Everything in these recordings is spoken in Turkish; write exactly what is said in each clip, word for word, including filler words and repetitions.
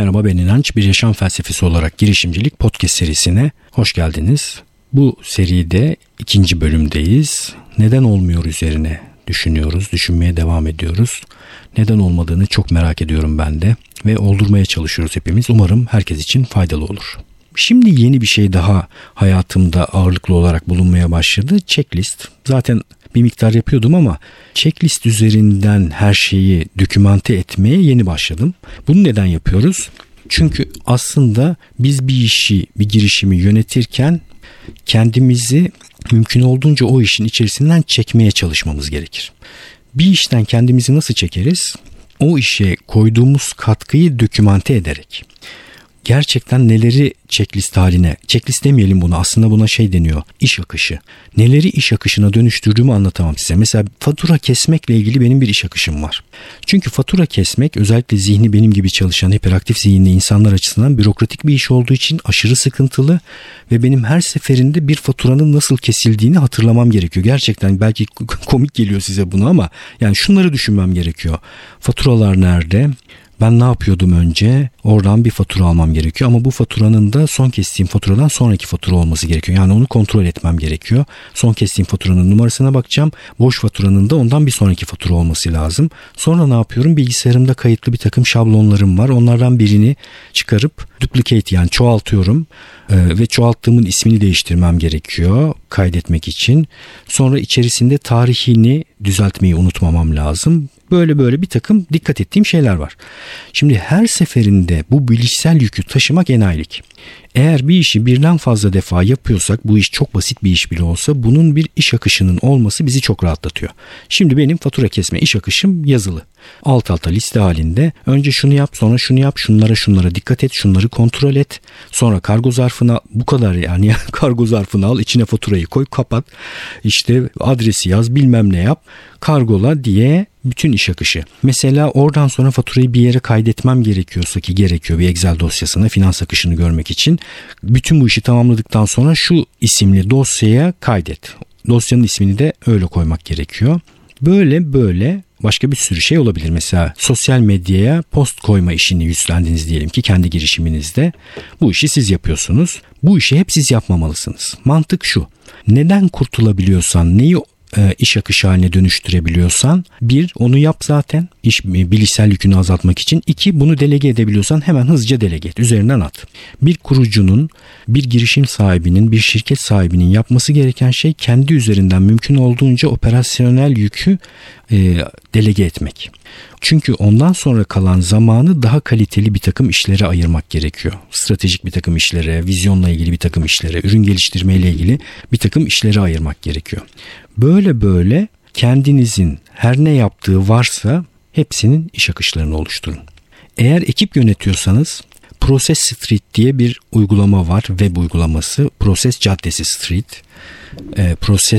Merhaba, ben İnanç. Bir yaşam felsefesi olarak girişimcilik podcast serisine hoş geldiniz. Bu seride ikinci bölümdeyiz. Neden olmuyor üzerine düşünüyoruz, düşünmeye devam ediyoruz. Neden olmadığını çok merak ediyorum ben de ve oldurmaya çalışıyoruz hepimiz. Umarım herkes için faydalı olur. Şimdi yeni bir şey daha hayatımda ağırlıklı olarak bulunmaya başladı. Checklist. Zaten bir miktar yapıyordum ama checklist üzerinden her şeyi dokümante etmeye yeni başladım. Bunu neden yapıyoruz? Çünkü aslında biz bir işi, bir girişimi yönetirken kendimizi mümkün olduğunca o işin içerisinden çekmeye çalışmamız gerekir. Bir işten kendimizi nasıl çekeriz? O işe koyduğumuz katkıyı dokümante ederek. Gerçekten neleri checklist haline, checklist demeyelim bunu, aslında buna şey deniyor, iş akışı. Neleri iş akışına dönüştürdüğümü anlatamam size. Mesela fatura kesmekle ilgili benim bir iş akışım var. Çünkü fatura kesmek özellikle zihni benim gibi çalışan hiperaktif zihinli insanlar açısından bürokratik bir iş olduğu için aşırı sıkıntılı ve benim her seferinde bir faturanın nasıl kesildiğini hatırlamam gerekiyor. Gerçekten belki komik geliyor size bunu ama yani şunları düşünmem gerekiyor. Faturalar nerede? Ben ne yapıyordum önce? Oradan bir fatura almam gerekiyor ama bu faturanın da son kestiğim faturadan sonraki fatura olması gerekiyor. Yani onu kontrol etmem gerekiyor. Son kestiğim faturanın numarasına bakacağım. Boş faturanın da ondan bir sonraki fatura olması lazım. Sonra ne yapıyorum? Bilgisayarımda kayıtlı bir takım şablonlarım var. Onlardan birini çıkarıp duplicate, yani çoğaltıyorum. Ee, ve çoğalttığımın ismini değiştirmem gerekiyor kaydetmek için. Sonra içerisinde tarihini düzeltmeyi unutmamam lazım. Böyle böyle bir takım dikkat ettiğim şeyler var. Şimdi her seferinde bu bilişsel yükü taşımak enayilik. Eğer bir işi birden fazla defa yapıyorsak, bu iş çok basit bir iş bile olsa, bunun bir iş akışının olması bizi çok rahatlatıyor. Şimdi benim fatura kesme iş akışım yazılı. Alt alta liste halinde. Önce şunu yap, sonra şunu yap, şunlara şunlara dikkat et, şunları kontrol et. Sonra kargo zarfına, bu kadar yani kargo zarfını al, içine faturayı koy, kapat. İşte adresi yaz, bilmem ne yap, kargola diye bütün iş akışı. Mesela oradan sonra faturayı bir yere kaydetmem gerekiyorsa, ki gerekiyor bir Excel dosyasına finans akışını görmek için. Bütün bu işi tamamladıktan sonra şu isimli dosyaya kaydet. Dosyanın ismini de öyle koymak gerekiyor. Böyle böyle başka bir sürü şey olabilir. Mesela sosyal medyaya post koyma işini üstlendiniz diyelim ki kendi girişiminizde. Bu işi siz yapıyorsunuz. Bu işi hep siz yapmamalısınız. Mantık şu: neden kurtulabiliyorsan, neyi e, iş akışı haline dönüştürebiliyorsan, bir, onu yap zaten iş bilişsel yükünü azaltmak için. İki, bunu delege edebiliyorsan hemen hızlıca delege et, üzerinden at. Bir kurucunun, bir girişim sahibinin, bir şirket sahibinin yapması gereken şey kendi üzerinden mümkün olduğunca operasyonel yükü e, delege etmek. Çünkü ondan sonra kalan zamanı daha kaliteli bir takım işlere ayırmak gerekiyor. Stratejik bir takım işlere, vizyonla ilgili bir takım işlere, ürün geliştirmeyle ilgili bir takım işlere ayırmak gerekiyor. Böyle böyle kendinizin her ne yaptığı varsa hepsinin iş akışlarını oluşturun. Eğer ekip yönetiyorsanız Process Street diye bir uygulama var, web uygulaması. Proses Caddesi Street. E,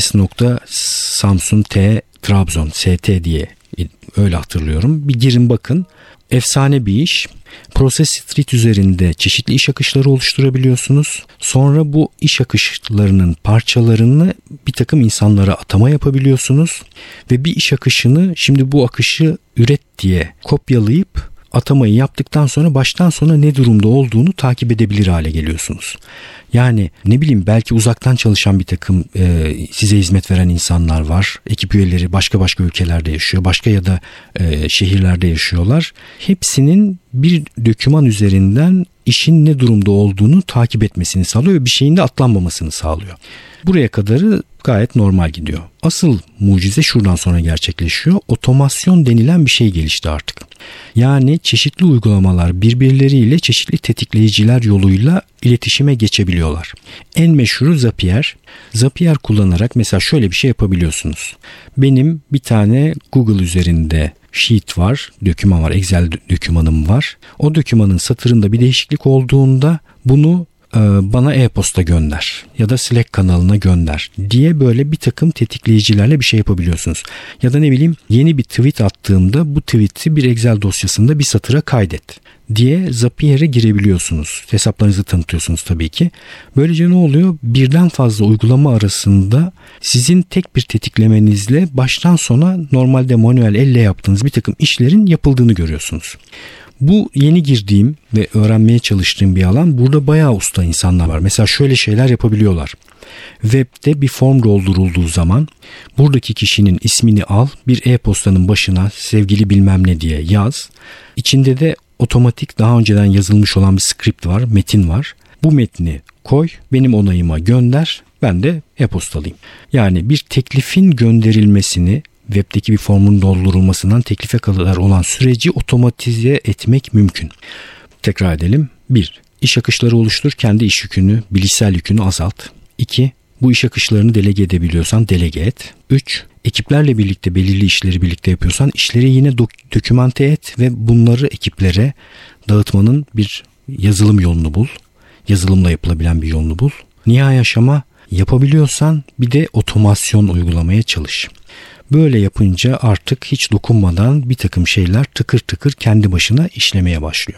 Proses.Samsun T Trabzon S T diye öyle hatırlıyorum. Bir girin bakın. Efsane bir iş. Process Street üzerinde çeşitli iş akışları oluşturabiliyorsunuz. Sonra bu iş akışlarının parçalarını bir takım insanlara atama yapabiliyorsunuz. Ve bir iş akışını, şimdi bu akışı üret diye kopyalayıp atamayı yaptıktan sonra baştan sona ne durumda olduğunu takip edebilir hale geliyorsunuz. Yani ne bileyim, belki uzaktan çalışan bir takım e, size hizmet veren insanlar var. Ekip üyeleri başka başka ülkelerde yaşıyor. Başka ya da e, şehirlerde yaşıyorlar. Hepsinin bir doküman üzerinden işin ne durumda olduğunu takip etmesini sağlıyor ve bir şeyin de atlanmamasını sağlıyor. Buraya kadarı gayet normal gidiyor. Asıl mucize şuradan sonra gerçekleşiyor. Otomasyon denilen bir şey gelişti artık. Yani çeşitli uygulamalar birbirleriyle çeşitli tetikleyiciler yoluyla iletişime geçebiliyorlar. En meşhuru Zapier. Zapier kullanarak mesela şöyle bir şey yapabiliyorsunuz. Benim bir tane Google üzerinde sheet var, doküman var, Excel dokümanım var. O dokümanın satırında bir değişiklik olduğunda bunu bana e-posta gönder ya da Slack kanalına gönder diye böyle bir takım tetikleyicilerle bir şey yapabiliyorsunuz. Ya da ne bileyim, yeni bir tweet attığımda bu tweet'i bir Excel dosyasında bir satıra kaydet diye Zapier'e girebiliyorsunuz. Hesaplarınızı tanıtıyorsunuz tabii ki. Böylece ne oluyor? Birden fazla uygulama arasında sizin tek bir tetiklemenizle baştan sona normalde manuel elle yaptığınız bir takım işlerin yapıldığını görüyorsunuz. Bu yeni girdiğim ve öğrenmeye çalıştığım bir alan. Burada bayağı usta insanlar var. Mesela şöyle şeyler yapabiliyorlar. Web'de bir form doldurulduğu zaman buradaki kişinin ismini al, bir e-postanın başına sevgili bilmem ne diye yaz. İçinde de otomatik daha önceden yazılmış olan bir script var, metin var. Bu metni koy, benim onayıma gönder, ben de e-postalayayım. Yani bir teklifin gönderilmesini, web'deki bir formun doldurulmasından teklife kadar olan süreci otomatize etmek mümkün. Tekrar edelim. bir. İş akışları oluştur, kendi iş yükünü, bilişsel yükünü azalt. iki. Bu iş akışlarını delege edebiliyorsan delege et. üç. Ekiplerle birlikte belirli işleri birlikte yapıyorsan işleri yine dok- dokümante et ve bunları ekiplere dağıtmanın bir yazılım yolunu bul. Yazılımla yapılabilen bir yolunu bul. Nihai aşama yapabiliyorsan bir de otomasyon uygulamaya çalış. Böyle yapınca artık hiç dokunmadan bir takım şeyler tıkır tıkır kendi başına işlemeye başlıyor.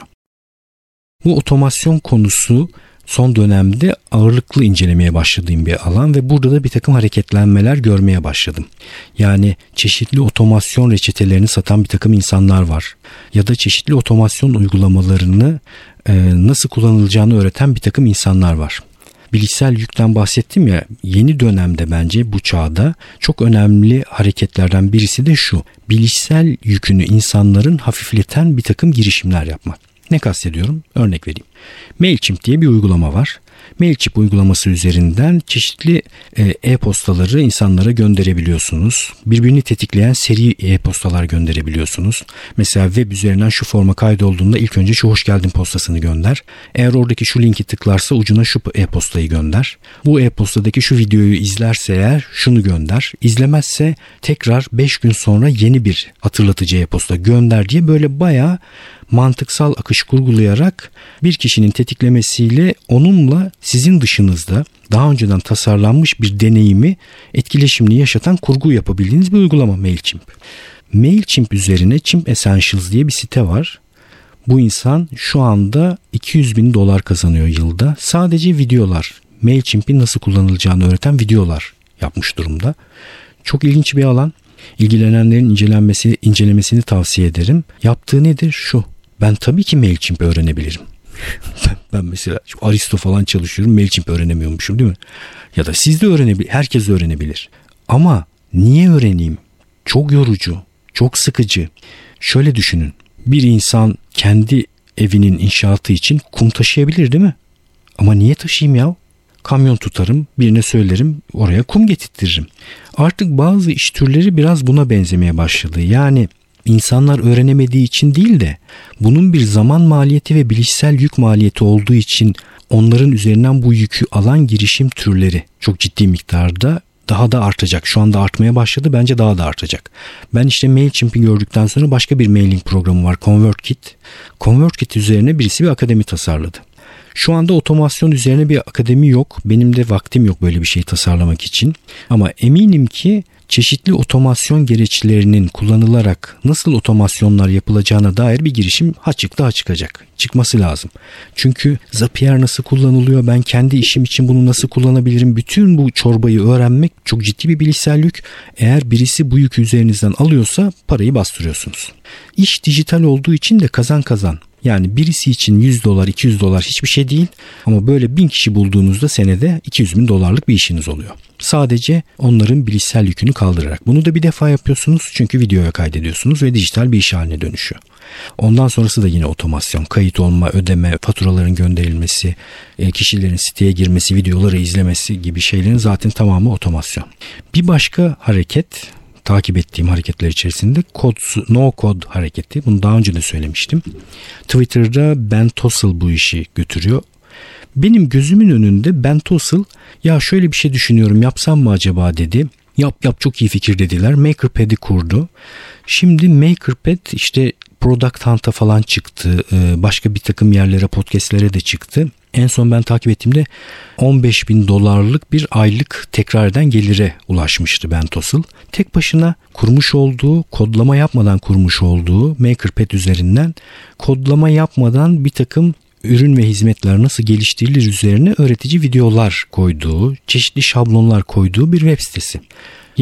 Bu otomasyon konusu son dönemde ağırlıklı incelemeye başladığım bir alan ve burada da bir takım hareketlenmeler görmeye başladım. Yani çeşitli otomasyon reçetelerini satan bir takım insanlar var. Ya da çeşitli otomasyon uygulamalarını e, nasıl kullanılacağını öğreten bir takım insanlar var. Bilişsel yükten bahsettim ya, yeni dönemde bence bu çağda çok önemli hareketlerden birisi de şu. Bilişsel yükünü insanların hafifleten bir takım girişimler yapmak. Ne kastediyorum? Örnek vereyim. MailChimp diye bir uygulama var. MailChimp uygulaması üzerinden çeşitli e-postaları insanlara gönderebiliyorsunuz. Birbirini tetikleyen seri e-postalar gönderebiliyorsunuz. Mesela web üzerinden şu forma kaydolduğunda ilk önce şu hoş geldin postasını gönder. Eğer oradaki şu linki tıklarsa ucuna şu e-postayı gönder. Bu e-postadaki şu videoyu izlerse eğer şunu gönder. İzlemezse tekrar beş gün sonra yeni bir hatırlatıcı e-posta gönder diye böyle bayağı mantıksal akış kurgulayarak bir kişinin tetiklemesiyle onunla sizin dışınızda daha önceden tasarlanmış bir deneyimi etkileşimli yaşatan kurgu yapabildiğiniz bir uygulama MailChimp. MailChimp üzerine Chimp Essentials diye bir site var. Bu insan şu anda iki yüz bin dolar kazanıyor yılda. Sadece videolar, MailChimp'in nasıl kullanılacağını öğreten videolar yapmış durumda. Çok ilginç bir alan. İlgilenenlerin incelenmesi, incelemesini tavsiye ederim. Yaptığı nedir? Şu. Ben tabii ki MailChimp öğrenebilirim. ben, ben mesela Aristo falan çalışıyorum. MailChimp öğrenemiyormuşum değil mi? Ya da siz de öğrenebilir. Herkes öğrenebilir. Ama niye öğreneyim? Çok yorucu. Çok sıkıcı. Şöyle düşünün. Bir insan kendi evinin inşaatı için kum taşıyabilir değil mi? Ama niye taşıyayım ya? Kamyon tutarım, birine söylerim, oraya kum getirtirim. Artık bazı iş türleri biraz buna benzemeye başladı. Yani insanlar öğrenemediği için değil de bunun bir zaman maliyeti ve bilişsel yük maliyeti olduğu için onların üzerinden bu yükü alan girişim türleri çok ciddi miktarda daha da artacak. Şu anda artmaya başladı, bence daha da artacak. Ben işte MailChimp'i gördükten sonra başka bir mailing programı var, ConvertKit. ConvertKit üzerine birisi bir akademi tasarladı. Şu anda otomasyon üzerine bir akademi yok. Benim de vaktim yok böyle bir şey tasarlamak için. Ama eminim ki çeşitli otomasyon gereçlerinin kullanılarak nasıl otomasyonlar yapılacağına dair bir girişim ha çıktı ha çıkacak. Çıkması lazım. Çünkü Zapier nasıl kullanılıyor, ben kendi işim için bunu nasıl kullanabilirim, bütün bu çorbayı öğrenmek çok ciddi bir bilişsel yük. Eğer birisi bu yükü üzerinizden alıyorsa parayı bastırıyorsunuz. İş dijital olduğu için de kazan kazan. Yani birisi için yüz dolar, iki yüz dolar hiçbir şey değil. Ama böyle bin kişi bulduğunuzda senede iki yüz bin dolarlık bir işiniz oluyor. Sadece onların bilişsel yükünü kaldırarak. Bunu da bir defa yapıyorsunuz çünkü videoya kaydediyorsunuz ve dijital bir iş haline dönüşüyor. Ondan sonrası da yine otomasyon, kayıt olma, ödeme, faturaların gönderilmesi, kişilerin siteye girmesi, videoları izlemesi gibi şeylerin zaten tamamı otomasyon. Bir başka hareket, takip ettiğim hareketler içerisinde kod, no code hareketi. Bunu daha önce de söylemiştim. Twitter'da Ben Tossell bu işi götürüyor. Benim gözümün önünde Ben Tossell ya şöyle bir şey düşünüyorum, yapsam mı acaba dedi. Yap yap, çok iyi fikir dediler. MakerPad'i kurdu. Şimdi MakerPad işte Product Hunt'a falan çıktı. Başka bir takım yerlere, podcastlere de çıktı. En son ben takip ettiğimde on beş bin dolarlık bir aylık tekrar eden gelire ulaşmıştı Ben Tossell. Tek başına kurmuş olduğu, kodlama yapmadan kurmuş olduğu MakerPad üzerinden kodlama yapmadan bir takım ürün ve hizmetler nasıl geliştirilir üzerine öğretici videolar koyduğu, çeşitli şablonlar koyduğu bir web sitesi. Yine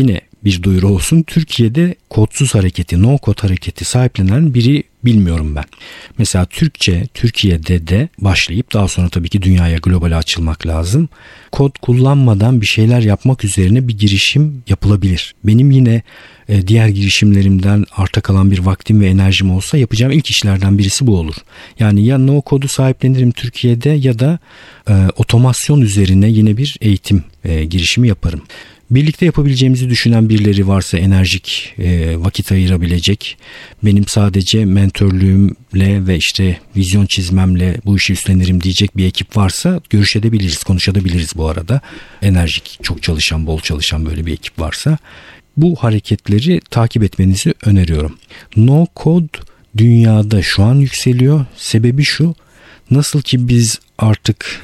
bir duyuru olsun. Türkiye'de kodsuz hareketi, no kod hareketi sahiplenen biri bilmiyorum ben. Mesela Türkçe, Türkiye'de de başlayıp daha sonra tabii ki dünyaya, globale açılmak lazım. Kod kullanmadan bir şeyler yapmak üzerine bir girişim yapılabilir. Benim yine e, diğer girişimlerimden arta kalan bir vaktim ve enerjim olsa yapacağım ilk işlerden birisi bu olur. Yani ya no kodu sahiplenirim Türkiye'de ya da e, otomasyon üzerine yine bir eğitim e, girişimi yaparım. Birlikte yapabileceğimizi düşünen birileri varsa, enerjik, e, vakit ayırabilecek, benim sadece mentörlüğümle ve işte vizyon çizmemle bu işi üstlenirim diyecek bir ekip varsa görüşebiliriz, konuşabiliriz bu arada. Enerjik, çok çalışan, bol çalışan böyle bir ekip varsa bu hareketleri takip etmenizi öneriyorum. No code dünyada şu an yükseliyor. Sebebi şu: nasıl ki biz artık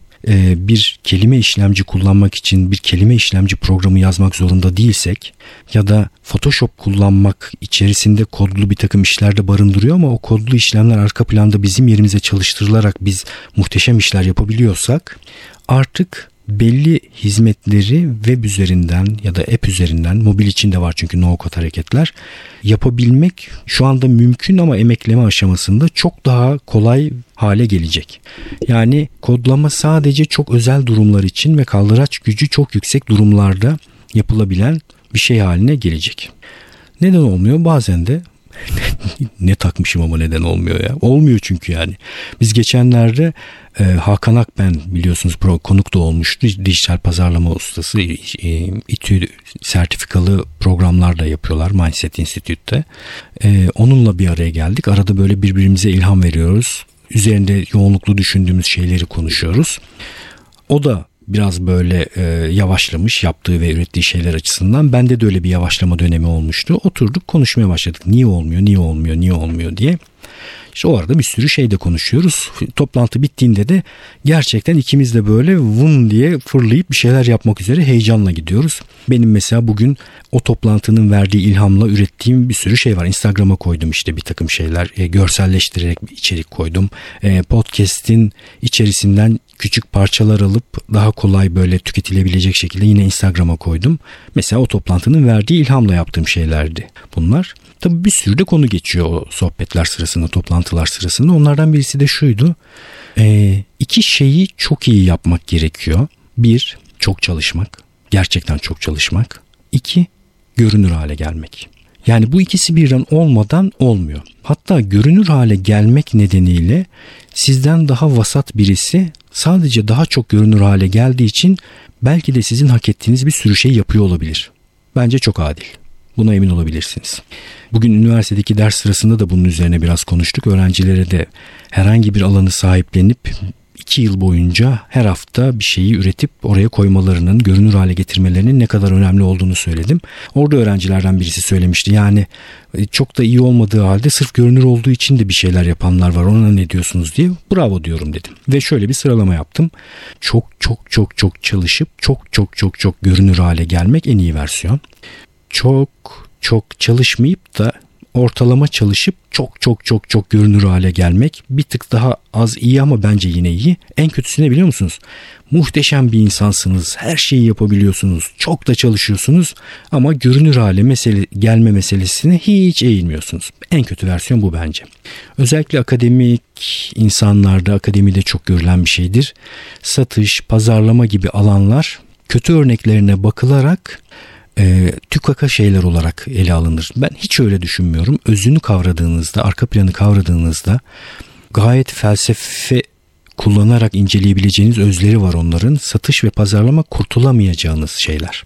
bir kelime işlemci kullanmak için bir kelime işlemci programı yazmak zorunda değilsek ya da Photoshop kullanmak içerisinde kodlu bir takım işler de barındırıyor ama o kodlu işlemler arka planda bizim yerimize çalıştırılarak biz muhteşem işler yapabiliyorsak, artık belli hizmetleri web üzerinden ya da app üzerinden, mobil içinde var çünkü no code hareketler, yapabilmek şu anda mümkün ama emekleme aşamasında çok daha kolay hale gelecek. Yani kodlama sadece çok özel durumlar için ve kaldıraç gücü çok yüksek durumlarda yapılabilen bir şey haline gelecek. Neden olmuyor? Bazen de ne takmışım ama neden olmuyor ya? Olmuyor çünkü yani. Biz geçenlerde e, Hakan Akben biliyorsunuz pro, konuk da olmuştu. Dijital pazarlama ustası, e, İTÜ sertifikalı programlar da yapıyorlar Mindset Institute'te. E, onunla bir araya geldik. Arada böyle birbirimize ilham veriyoruz. Üzerinde yoğunluklu düşündüğümüz şeyleri konuşuyoruz. O da biraz böyle e, yavaşlamış yaptığı ve ürettiği şeyler açısından. Bende de öyle bir yavaşlama dönemi olmuştu. Oturduk konuşmaya başladık. Niye olmuyor, niye olmuyor, niye olmuyor diye. İşte o arada bir sürü şey de konuşuyoruz. Toplantı bittiğinde de gerçekten ikimiz de böyle vum diye fırlayıp bir şeyler yapmak üzere heyecanla gidiyoruz. Benim mesela bugün o toplantının verdiği ilhamla ürettiğim bir sürü şey var. Instagram'a koydum işte bir takım şeyler. E, görselleştirerek bir içerik koydum. E, podcast'in içerisinden küçük parçalar alıp daha kolay böyle tüketilebilecek şekilde yine Instagram'a koydum. Mesela o toplantının verdiği ilhamla yaptığım şeylerdi bunlar. Tabii bir sürü de konu geçiyor o sohbetler sırasında, toplantılar sırasında. Onlardan birisi de şuydu. E, iki şeyi çok iyi yapmak gerekiyor. Bir, çok çalışmak. Gerçekten çok çalışmak. İki, görünür hale gelmek. Yani bu ikisi birden olmadan olmuyor. Hatta görünür hale gelmek nedeniyle sizden daha vasat birisi sadece daha çok görünür hale geldiği için belki de sizin hak ettiğiniz bir sürü şey yapıyor olabilir. Bence çok adil. Buna emin olabilirsiniz. Bugün üniversitedeki ders sırasında da bunun üzerine biraz konuştuk. Öğrencilere de herhangi bir alanı sahiplenip iki yıl boyunca her hafta bir şeyi üretip oraya koymalarının, görünür hale getirmelerinin ne kadar önemli olduğunu söyledim. Orada öğrencilerden birisi söylemişti. Yani çok da iyi olmadığı halde sırf görünür olduğu için de bir şeyler yapanlar var. Ona ne diyorsunuz diye. Bravo diyorum dedim. Ve şöyle bir sıralama yaptım. Çok çok çok çok çalışıp çok çok çok çok görünür hale gelmek en iyi versiyon. Çok çok çalışmayıp da ortalama çalışıp çok çok çok çok görünür hale gelmek bir tık daha az iyi ama bence yine iyi. En kötüsü ne biliyor musunuz? Muhteşem bir insansınız. Her şeyi yapabiliyorsunuz. Çok da çalışıyorsunuz ama görünür hale mesele, gelme meselesine hiç eğilmiyorsunuz. En kötü versiyon bu bence. Özellikle akademik insanlarda, akademide çok görülen bir şeydir. Satış, pazarlama gibi alanlar kötü örneklerine bakılarak E, tükaka şeyler olarak ele alınır. Ben hiç öyle düşünmüyorum. Özünü kavradığınızda, arka planı kavradığınızda gayet felsefe kullanarak inceleyebileceğiniz özleri var onların. Satış ve pazarlama kurtulamayacağınız şeyler.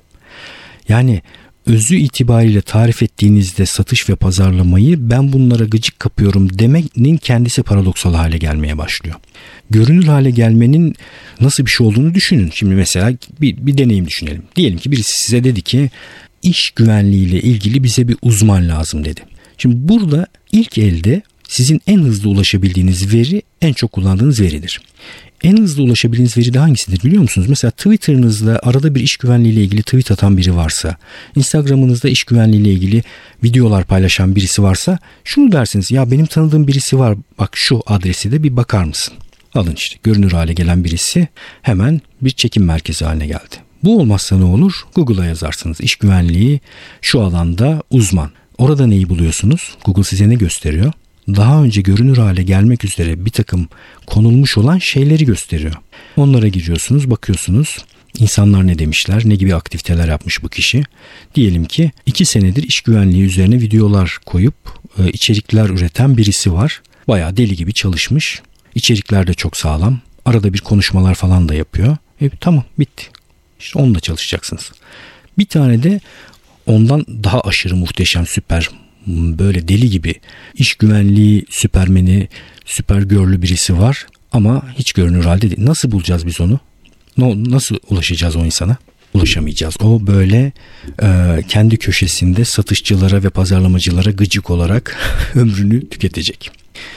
Yani özü itibariyle tarif ettiğinizde satış ve pazarlamayı ben bunlara gıcık kapıyorum demenin kendisi paradoksal hale gelmeye başlıyor. Görünür hale gelmenin nasıl bir şey olduğunu düşünün. Şimdi mesela bir, bir deneyim düşünelim. Diyelim ki birisi size dedi ki iş güvenliğiyle ilgili bize bir uzman lazım dedi. Şimdi burada ilk elde sizin en hızlı ulaşabildiğiniz veri en çok kullandığınız veridir. En hızlı ulaşabildiğiniz veri de hangisidir biliyor musunuz? Mesela Twitter'ınızda arada bir iş güvenliğiyle ilgili tweet atan biri varsa, Instagram'ınızda iş güvenliğiyle ilgili videolar paylaşan birisi varsa şunu dersiniz: ya benim tanıdığım birisi var, bak şu adresi de bir bakar mısın? Alın işte, görünür hale gelen birisi hemen bir çekim merkezi haline geldi. Bu olmazsa ne olur? Google'a yazarsınız. İş güvenliği şu alanda uzman. Orada neyi buluyorsunuz? Google size ne gösteriyor? Daha önce görünür hale gelmek üzere bir takım konulmuş olan şeyleri gösteriyor. Onlara giriyorsunuz, bakıyorsunuz. İnsanlar ne demişler, ne gibi aktiviteler yapmış bu kişi. Diyelim ki iki senedir iş güvenliği üzerine videolar koyup e, içerikler üreten birisi var. Bayağı deli gibi çalışmış. İçerikler de çok sağlam. Arada bir konuşmalar falan da yapıyor. E, tamam, bitti. İşte onunla çalışacaksınız. Bir tane de ondan daha aşırı muhteşem, süper, böyle deli gibi iş güvenliği süpermeni, süper görlü birisi var. Ama hiç görünür halde değil. Nasıl bulacağız biz onu? Nasıl ulaşacağız o insana? Ulaşamayacağız. O böyle e, kendi köşesinde satışçılara ve pazarlamacılara gıcık olarak ömrünü tüketecek.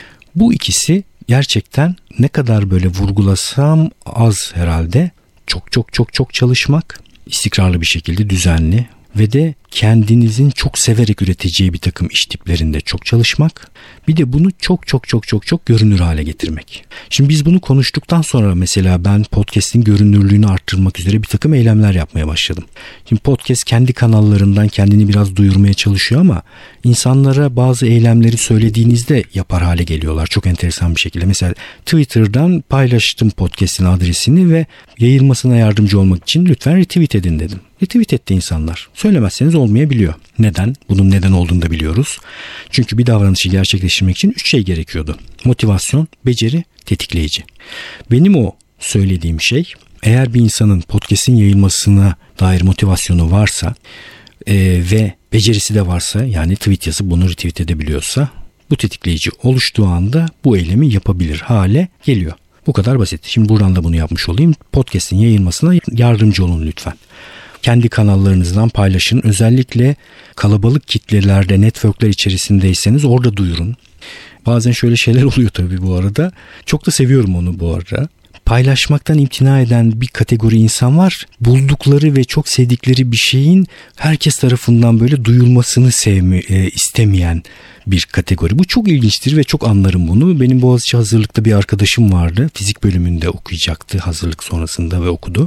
Bu ikisi gerçekten ne kadar böyle vurgulasam az herhalde. Çok çok çok çok çalışmak, istikrarlı bir şekilde düzenli ve de kendinizin çok severek üreteceği bir takım iş tiplerinde çok çalışmak. Bir de bunu çok çok çok çok çok görünür hale getirmek. Şimdi biz bunu konuştuktan sonra mesela ben podcast'in görünürlüğünü arttırmak üzere bir takım eylemler yapmaya başladım. Şimdi podcast kendi kanallarından kendini biraz duyurmaya çalışıyor ama insanlara bazı eylemleri söylediğinizde yapar hale geliyorlar. Çok enteresan bir şekilde. Mesela Twitter'dan paylaştım podcast'in adresini ve yayılmasına yardımcı olmak için lütfen retweet edin dedim. Retweet etti insanlar. Söylemezseniz olmayabiliyor. Neden? Bunun neden olduğunu da biliyoruz. Çünkü bir davranışı gerçekleştirmek için üç şey gerekiyordu. Motivasyon, beceri, tetikleyici. Benim o söylediğim şey, eğer bir insanın podcast'in yayılmasına dair motivasyonu varsa e, ve becerisi de varsa, yani tweet yazıp bunu retweet edebiliyorsa, bu tetikleyici oluştuğu anda bu eylemi yapabilir hale geliyor. Bu kadar basit. Şimdi buradan da bunu yapmış olayım. Podcast'in yayılmasına yardımcı olun lütfen. Kendi kanallarınızdan paylaşın. Özellikle kalabalık kitlelerde, networkler içerisindeyseniz orada duyurun. Bazen şöyle şeyler oluyor tabii bu arada. Çok da seviyorum onu bu arada. Paylaşmaktan imtina eden bir kategori insan var. Buldukları ve çok sevdikleri bir şeyin herkes tarafından böyle duyulmasını sevme, e, istemeyen bir kategori. Bu çok ilginçtir ve çok anlarım bunu. Benim Boğaziçi hazırlıkta bir arkadaşım vardı. Fizik bölümünde okuyacaktı hazırlık sonrasında ve okudu.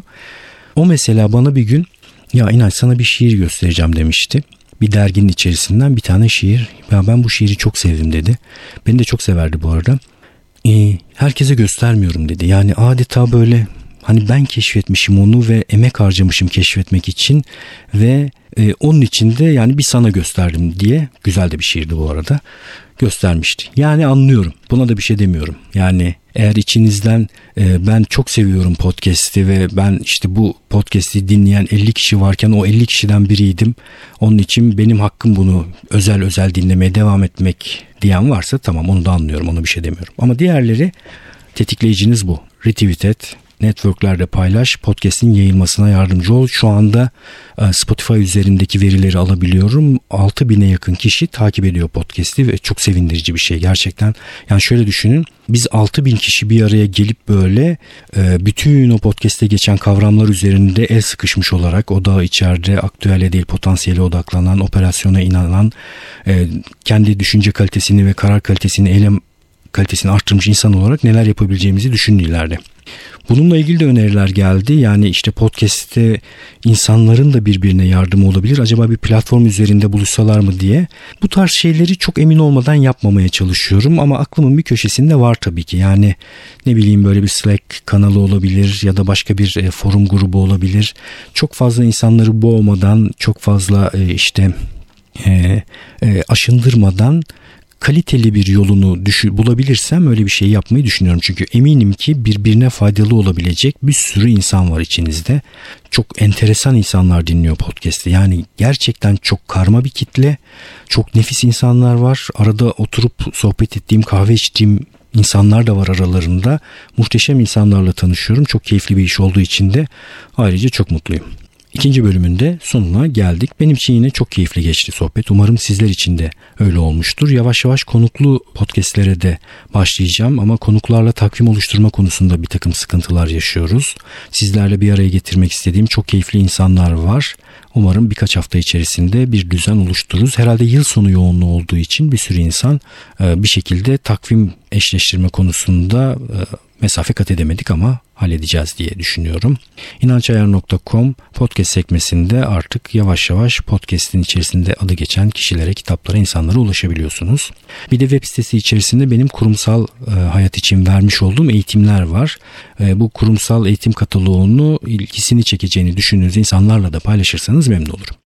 O mesela bana bir gün, ya İnanç sana bir şiir göstereceğim demişti. Bir derginin içerisinden bir tane şiir. Ya ben bu şiiri çok sevdim dedi. Beni de çok severdi bu arada. Ee, herkese göstermiyorum dedi. Yani adeta böyle hani ben keşfetmişim onu ve emek harcamışım keşfetmek için ve e, onun için de yani bir sana gösterdim diye, güzel de bir şiirdi bu arada, göstermişti. Yani anlıyorum. Buna da bir şey demiyorum. Yani eğer içinizden e, ben çok seviyorum podcast'i ve ben işte bu podcast'i dinleyen elli kişi varken o elli kişiden biriydim. Onun için benim hakkım bunu özel özel dinlemeye devam etmek diyen varsa tamam, onu da anlıyorum. Ona bir şey demiyorum. Ama diğerleri, tetikleyiciniz bu. Retweet et. Networklerde paylaş, podcast'in yayılmasına yardımcı ol. Şu anda Spotify üzerindeki verileri alabiliyorum. altı bine yakın kişi takip ediyor podcast'i ve çok sevindirici bir şey gerçekten. Yani şöyle düşünün, biz altı bin kişi bir araya gelip böyle bütün o podcast'te geçen kavramlar üzerinde el sıkışmış olarak, o da içeride aktüele değil potansiyele odaklanan, operasyona inanan, kendi düşünce kalitesini ve karar kalitesini, eylem kalitesini arttırmış insan olarak neler yapabileceğimizi düşünün ileride. Bununla ilgili de öneriler geldi. Yani işte podcast'te insanların da birbirine yardımı olabilir. Acaba bir platform üzerinde buluşsalar mı diye. Bu tarz şeyleri çok emin olmadan yapmamaya çalışıyorum. Ama aklımın bir köşesinde var tabii ki. Yani ne bileyim, böyle bir Slack kanalı olabilir ya da başka bir e, forum grubu olabilir. Çok fazla insanları boğmadan, çok fazla e, işte e, e, aşındırmadan kaliteli bir yolunu düşü, bulabilirsem öyle bir şey yapmayı düşünüyorum. Çünkü eminim ki birbirine faydalı olabilecek bir sürü insan var içinizde. Çok enteresan insanlar dinliyor podcast'i. Yani gerçekten çok karma bir kitle. Çok nefis insanlar var. Arada oturup sohbet ettiğim, kahve içtiğim insanlar da var aralarında. Muhteşem insanlarla tanışıyorum. Çok keyifli bir iş olduğu için de ayrıca çok mutluyum. İkinci bölümünde sonuna geldik. Benim için yine çok keyifli geçti sohbet. Umarım sizler için de öyle olmuştur. Yavaş yavaş konuklu podcastlere de başlayacağım ama konuklarla takvim oluşturma konusunda bir takım sıkıntılar yaşıyoruz. Sizlerle bir araya getirmek istediğim çok keyifli insanlar var. Umarım birkaç hafta içerisinde bir düzen oluştururuz. Herhalde yıl sonu yoğunluğu olduğu için bir sürü insan bir şekilde takvim eşleştirme konusunda e, mesafe kat edemedik ama halledeceğiz diye düşünüyorum. inançayar nokta com podcast sekmesinde artık yavaş yavaş podcast'in içerisinde adı geçen kişilere, kitaplara, insanlara ulaşabiliyorsunuz. Bir de web sitesi içerisinde benim kurumsal e, hayat için vermiş olduğum eğitimler var. E, bu kurumsal eğitim kataloğunu ilgisini çekeceğini düşündüğünüz insanlarla da paylaşırsanız memnun olurum.